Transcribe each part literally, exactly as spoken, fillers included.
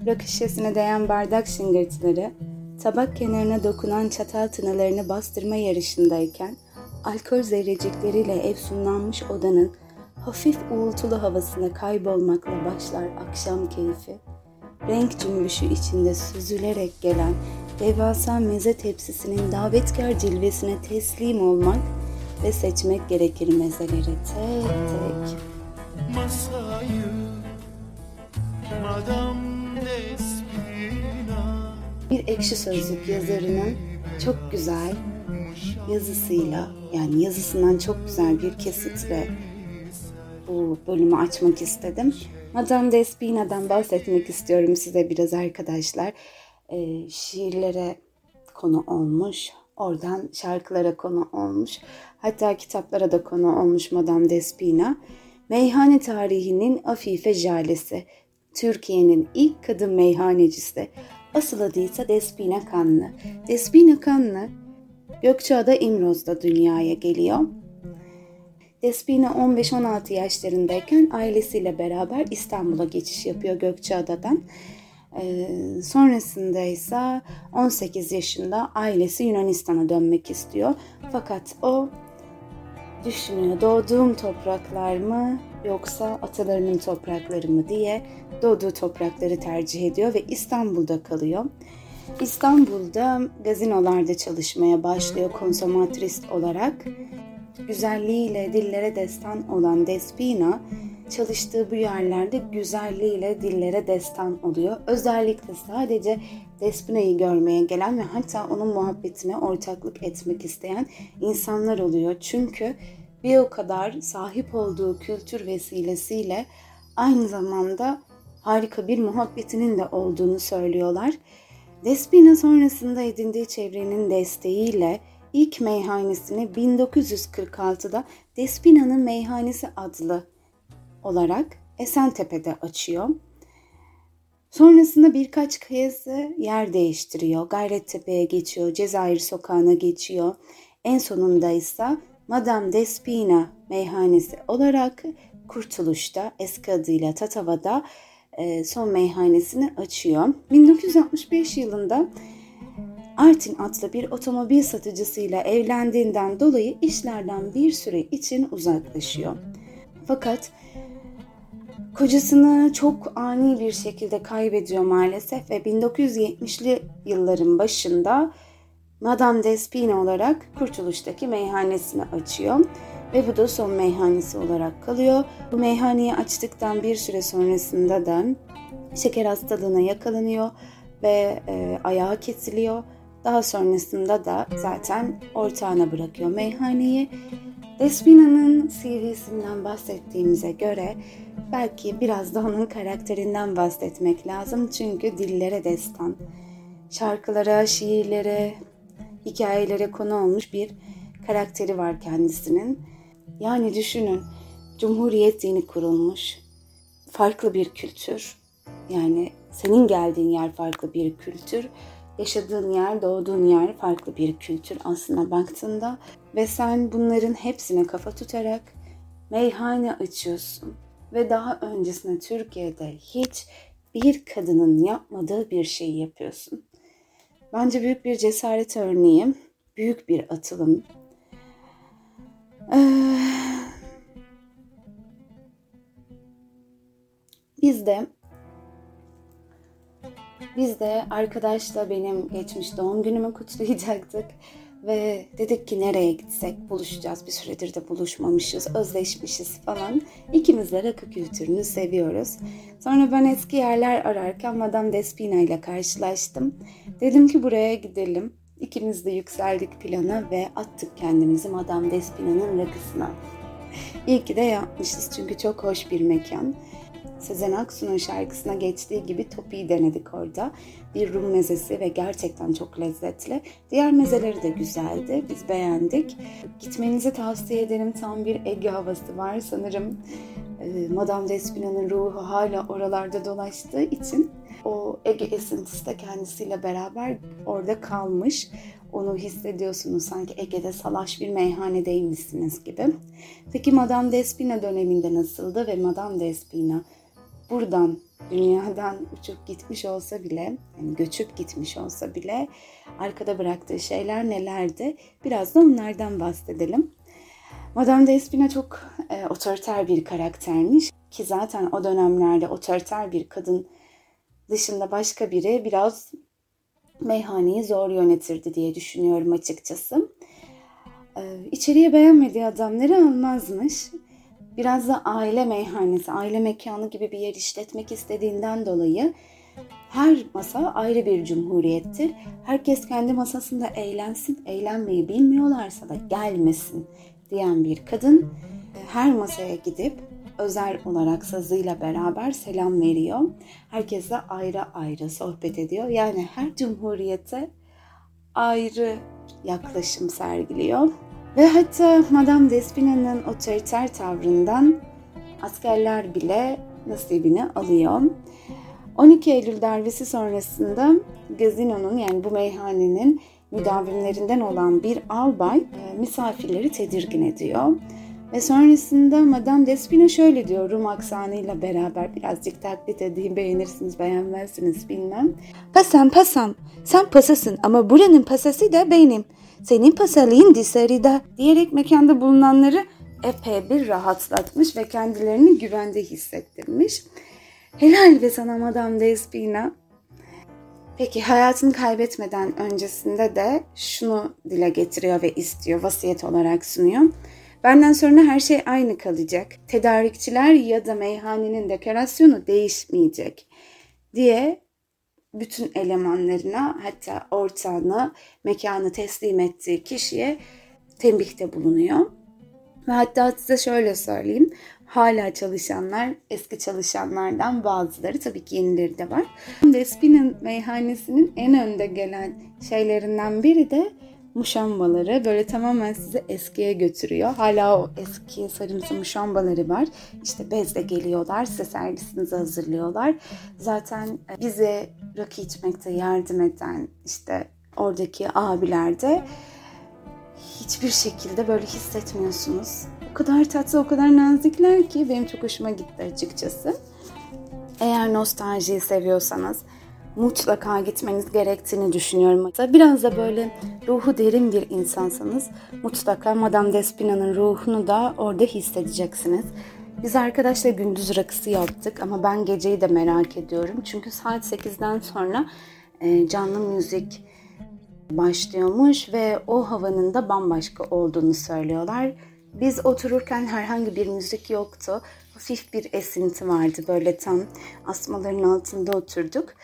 rakı şişesine değen bardak şıngırtıları, tabak kenarına dokunan çatal tığlarını bastırma yarışındayken, alkol zerrecikleriyle efsunlanmış odanın hafif uğultulu havasına kaybolmakla başlar akşam keyfi. Renk cümbüşü içinde süzülerek gelen devasa meze tepsisinin davetkar cilvesine teslim olmak ve seçmek gerekir mezeleri tek tek. Masayı Madame Despina. Bir Ekşi Sözlük yazarının çok güzel yazısıyla, yani yazısından çok güzel bir kesitle bu bölümü açmak istedim. Madame Despina'dan bahsetmek istiyorum size biraz arkadaşlar. E, şiirlere konu olmuş, oradan şarkılara konu olmuş, hatta kitaplara da konu olmuş Madame Despina. Meyhane tarihinin Afife Jalesi, Türkiye'nin ilk kadın meyhanecisi. Asıl adıysa Despina Kanlı. Despina Kanlı, Gökçeada İmroz'da dünyaya geliyor. Despina on beş on altı yaşlarındayken ailesiyle beraber İstanbul'a geçiş yapıyor Gökçeada'dan. Ee, sonrasında ise on sekiz yaşında ailesi Yunanistan'a dönmek istiyor. Fakat o düşünüyor, doğduğum topraklar mı yoksa atalarının toprakları mı diye doğduğu toprakları tercih ediyor ve İstanbul'da kalıyor. İstanbul'da gazinolarda çalışmaya başlıyor konsomatrist olarak. Güzelliğiyle dillere destan olan Despina, çalıştığı bu yerlerde güzelliğiyle dillere destan oluyor. Özellikle sadece Despina'yı görmeye gelen ve hatta onun muhabbetine ortaklık etmek isteyen insanlar oluyor. Çünkü bir o kadar sahip olduğu kültür vesilesiyle aynı zamanda harika bir muhabbetinin de olduğunu söylüyorlar. Despina sonrasında edindiği çevrenin desteğiyle ilk meyhanesini bin dokuz yüz kırk altıda Despina'nın Meyhanesi adlı olarak Esentepe'de açıyor. Sonrasında birkaç kez yer değiştiriyor. Gayrettepe'ye geçiyor, Cezayir Sokağı'na geçiyor. En sonunda ise Madame Despina Meyhanesi olarak Kurtuluş'ta, eski adıyla Tatava'da son meyhanesini açıyor. bin dokuz yüz altmış beş yılında Artin adlı bir otomobil satıcısıyla evlendiğinden dolayı işlerden bir süre için uzaklaşıyor. Fakat kocasını çok ani bir şekilde kaybediyor maalesef ve bin dokuz yüz yetmişli yılların başında Madame Despina olarak Kurtuluş'taki meyhanesini açıyor ve bu da son meyhanesi olarak kalıyor. Bu meyhaneyi açtıktan bir süre sonrasında da şeker hastalığına yakalanıyor ve e, ayağı kesiliyor. Daha sonrasında da zaten ortağına bırakıyor meyhaneyi. Despina'nın C V'sinden bahsettiğimize göre belki biraz da onun karakterinden bahsetmek lazım. Çünkü dillere destan, şarkılara, şiirlere, hikayelere konu olmuş bir karakteri var kendisinin. Yani düşünün, Cumhuriyet yeni kurulmuş, farklı bir kültür. Yani senin geldiğin yer farklı bir kültür. Yaşadığın yer, doğduğun yer farklı bir kültür aslına baktığında ve sen bunların hepsine kafa tutarak meyhane açıyorsun ve daha öncesinde Türkiye'de hiç bir kadının yapmadığı bir şeyi yapıyorsun. Bence büyük bir cesaret örneği, büyük bir atılım. Ee, biz de Biz de arkadaşla benim geçmiş doğum günümü kutlayacaktık ve dedik ki nereye gitsek buluşacağız, bir süredir de buluşmamışız, özleşmişiz falan. İkimiz de rakı kültürünü seviyoruz. Sonra ben eski yerler ararken Madame Despina ile karşılaştım. Dedim ki buraya gidelim. İkimiz de yükseldik plana ve attık kendimizi Madame Despina'nın rakısına. İyi ki de yapmışız çünkü çok hoş bir mekan. Sezen Aksu'nun şarkısına geçtiği gibi topiyi denedik orada. Bir Rum mezesi ve gerçekten çok lezzetli. Diğer mezeleri de güzeldi. Biz beğendik. Gitmenizi tavsiye ederim. Tam bir Ege havası var. Sanırım e, Madame Despina'nın ruhu hala oralarda dolaştığı için o Ege esintisi de kendisiyle beraber orada kalmış. Onu hissediyorsunuz, sanki Ege'de salaş bir meyhanedeymişsiniz gibi. Peki Madame Despina döneminde nasıldı ve Madame Despina buradan dünyadan uçup gitmiş olsa bile, yani göçüp gitmiş olsa bile arkada bıraktığı şeyler nelerdi? Biraz da onlardan bahsedelim. Madame Despina çok e, otoriter bir karaktermiş ki zaten o dönemlerde otoriter bir kadın dışında başka biri biraz meyhaneyi zor yönetirdi diye düşünüyorum açıkçası. E, içeriye beğenmediği adamları almazmış. Biraz da aile meyhanesi, aile mekanı gibi bir yer işletmek istediğinden dolayı her masa ayrı bir cumhuriyettir. Herkes kendi masasında eğlensin, eğlenmeyi bilmiyorlarsa da gelmesin diyen bir kadın her masaya gidip özel olarak sazıyla beraber selam veriyor. Herkesle ayrı ayrı sohbet ediyor. Yani her cumhuriyete ayrı yaklaşım sergiliyor. Ve hatta Madame Despina'nın otoriter tavrından askerler bile nasibini alıyor. on iki Eylül darbesi sonrasında gazino'nun, yani bu meyhanenin müdavimlerinden olan bir albay e, misafirleri tedirgin ediyor. Ve sonrasında Madame Despina şöyle diyor Rum aksanıyla beraber, birazcık taklit edeyim, beğenirsiniz beğenmezsiniz bilmem. Pasam pasam, sen pasasın ama buranın pasası da benim. Senin pasalığın dışarıda diyerek mekanda bulunanları epey bir rahatlatmış ve kendilerini güvende hissettirmiş. Helal be sana Madame Despina. Peki hayatını kaybetmeden öncesinde de şunu dile getiriyor ve istiyor, vasiyet olarak sunuyor. Benden sonra her şey aynı kalacak. Tedarikçiler ya da meyhanenin dekorasyonu değişmeyecek diye bütün elemanlarına, hatta ortağına, mekanı teslim ettiği kişiye tembihte bulunuyor. Ve hatta size şöyle söyleyeyim, hala çalışanlar, eski çalışanlardan bazıları, tabii ki yenileri de var. Despina meyhanesinin en önde gelen şeylerinden biri de muşambaları. Böyle tamamen sizi eskiye götürüyor. Hala o eski sarımsı muşambaları var. İşte bezle geliyorlar, size servisinizi hazırlıyorlar. Zaten bize rakı içmekte yardım eden işte oradaki abiler de hiçbir şekilde böyle hissetmiyorsunuz. O kadar tatlı, o kadar nazikler ki benim çok hoşuma gitti açıkçası. Eğer nostaljiyi seviyorsanız mutlaka gitmeniz gerektiğini düşünüyorum. Biraz da böyle ruhu derin bir insansanız mutlaka Madame Despina'nın ruhunu da orada hissedeceksiniz. Biz arkadaşla gündüz rakısı yaptık ama ben geceyi de merak ediyorum. Çünkü saat sekizden sonra e, canlı müzik başlıyormuş ve o havanın da bambaşka olduğunu söylüyorlar. Biz otururken herhangi bir müzik yoktu. Hafif bir esinti vardı. Böyle tam asmaların altında oturduk.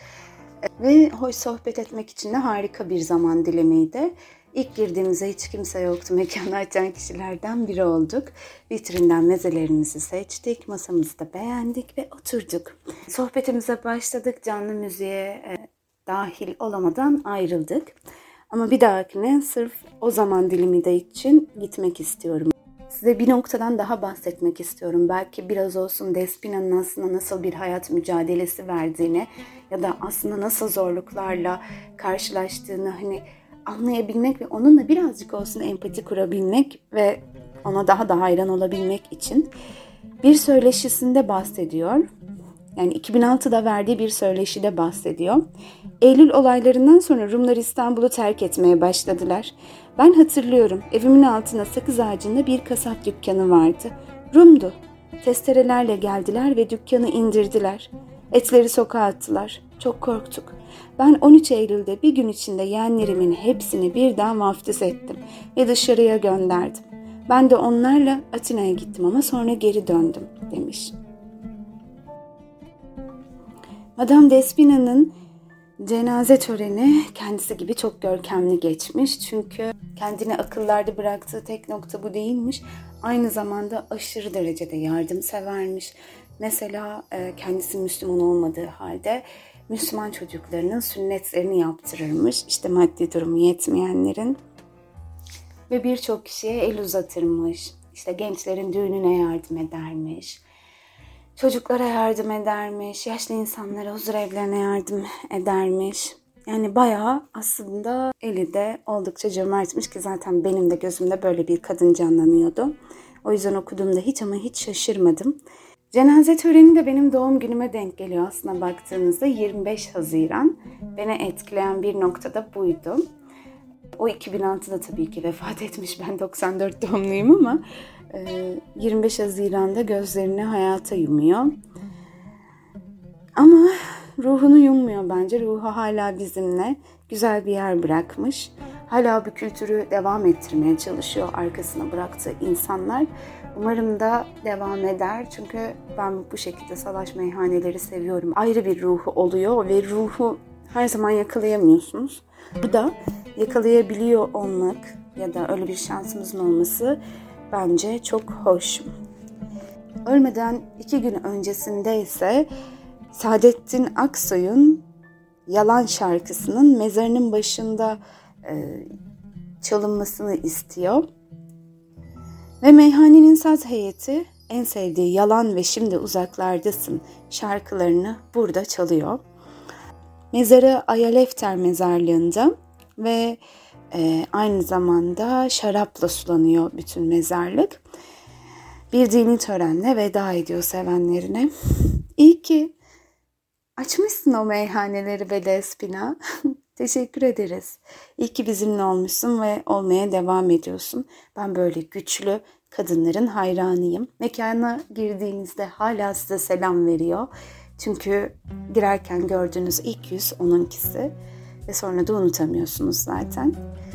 Ve hoş sohbet etmek için de harika bir zaman dilimiydi. İlk girdiğimizde hiç kimse yoktu. Mekanı açan kişilerden biri olduk. Vitrinden mezelerimizi seçtik. Masamızı da beğendik ve oturduk. Sohbetimize başladık. Canlı müziğe e, dahil olamadan ayrıldık. Ama bir dahakine sırf o zaman dilimi de için gitmek istiyorum. Size bir noktadan daha bahsetmek istiyorum. Belki biraz olsun Despina'nın aslında nasıl bir hayat mücadelesi verdiğini ya da aslında nasıl zorluklarla karşılaştığını hani anlayabilmek ve onunla birazcık olsun empati kurabilmek ve ona daha da hayran olabilmek için bir söyleşisinde bahsediyor. Yani iki bin altıda verdiği bir söyleşide bahsediyor. Eylül olaylarından sonra Rumlar İstanbul'u terk etmeye başladılar. Ben hatırlıyorum, evimin altına sakız ağacında bir kasap dükkanı vardı. Rum'du. Testerelerle geldiler ve dükkanı indirdiler. Etleri sokağa attılar. Çok korktuk. Ben on üç Eylül'de bir gün içinde yeğenlerimin hepsini birden vaftiz ettim ve dışarıya gönderdim. Ben de onlarla Atina'ya gittim ama sonra geri döndüm demiş. Madame Despina'nın cenaze töreni kendisi gibi çok görkemli geçmiş. Çünkü kendini akıllarda bıraktığı tek nokta bu değilmiş. Aynı zamanda aşırı derecede yardımsevermiş. Mesela kendisi Müslüman olmadığı halde Müslüman çocuklarının sünnetlerini yaptırırmış. İşte maddi durumu yetmeyenlerin. Ve birçok kişiye el uzatırmış. İşte gençlerin düğününe yardım edermiş. Çocuklara yardım edermiş, yaşlı insanlara huzur evlerine yardım edermiş. Yani bayağı aslında eli de oldukça cömertmiş ki zaten benim de gözümde böyle bir kadın canlanıyordu. O yüzden okuduğumda hiç ama hiç şaşırmadım. Cenaze töreni de benim doğum günüme denk geliyor aslında baktığınızda, yirmi beş Haziran. Beni etkileyen bir nokta da buydu. O iki bin altıda tabii ki vefat etmiş, ben doksan dört doğumluyum ama yirmi beş Haziran'da gözlerini hayata yumuyor. Ama ruhunu yummuyor bence. Ruhu hala bizimle, güzel bir yer bırakmış. Hala bu kültürü devam ettirmeye çalışıyor arkasına bıraktığı insanlar. Umarım da devam eder. Çünkü ben bu şekilde salaş meyhaneleri seviyorum. Ayrı bir ruhu oluyor ve ruhu her zaman yakalayamıyorsunuz. Bu da yakalayabiliyor olmak ya da öyle bir şansımızın olması bence çok hoş. Ölmeden iki gün öncesinde ise Saadettin Aksoy'un Yalan şarkısının mezarının başında e, çalınmasını istiyor. Ve meyhanenin saz heyeti en sevdiği Yalan ve Şimdi Uzaklardasın şarkılarını burada çalıyor. Mezarı Ayalefter mezarlığında ve e, aynı zamanda şarapla sulanıyor bütün mezarlık. Bir dini törenle veda ediyor sevenlerine. İyi ki açmışsın o meyhaneleri be Despina. Teşekkür ederiz. İyi ki bizimle olmuşsun ve olmaya devam ediyorsun. Ben böyle güçlü kadınların hayranıyım. Mekana girdiğinizde hala size selam veriyor. Çünkü girerken gördüğünüz ilk yüz onunkisi. Ve sonra da unutamıyorsunuz zaten.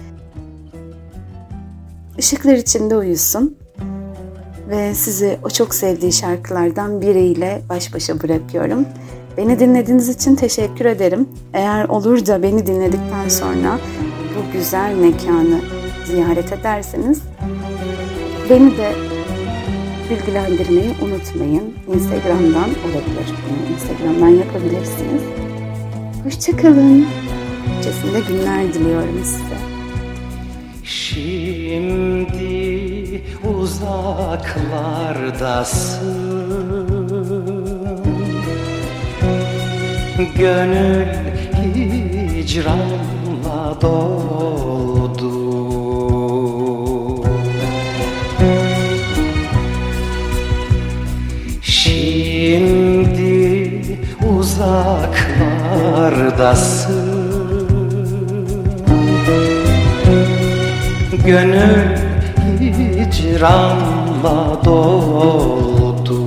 Işıklar içinde uyusun. Ve sizi o çok sevdiği şarkılardan biriyle baş başa bırakıyorum. Beni dinlediğiniz için teşekkür ederim. Eğer olur da beni dinledikten sonra bu güzel mekanı ziyaret ederseniz beni de bilgilendirmeyi unutmayın. Instagram'dan olabilir. Yani Instagram'dan yapabilirsiniz. Hoşçakalın. Öncesinde günler diliyorum size. Şimdi uzaklardasın, gönül hicranla doldu. Şimdi uzaklardasın, gönül hicranla doldu.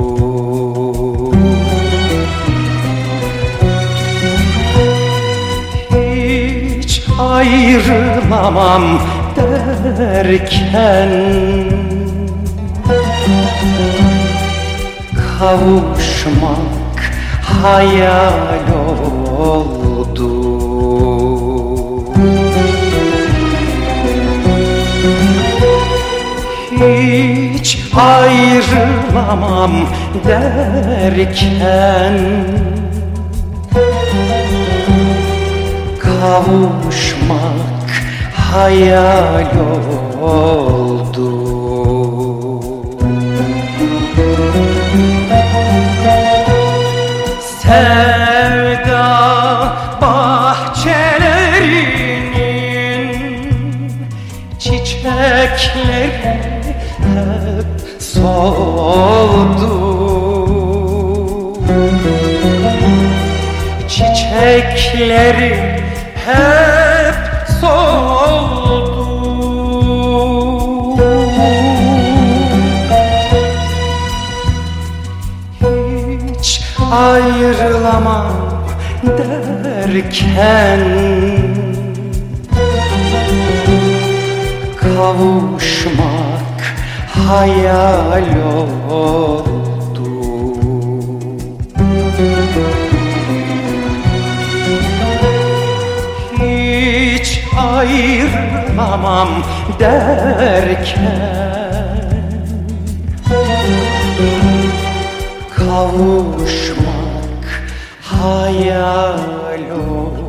Hiç ayrılamam derken kavuşmak hayal oldu. Hiç ayrılamam derken kavuşmak hayal oldu. Sevda bahçelerinin çiçekleri hep soldu. Çiçekleri hep soldu. Hiç ayrılamam derken kavuşmak hayal oldu. Hiç ayrılamam derken kavuşmak hayal oldu.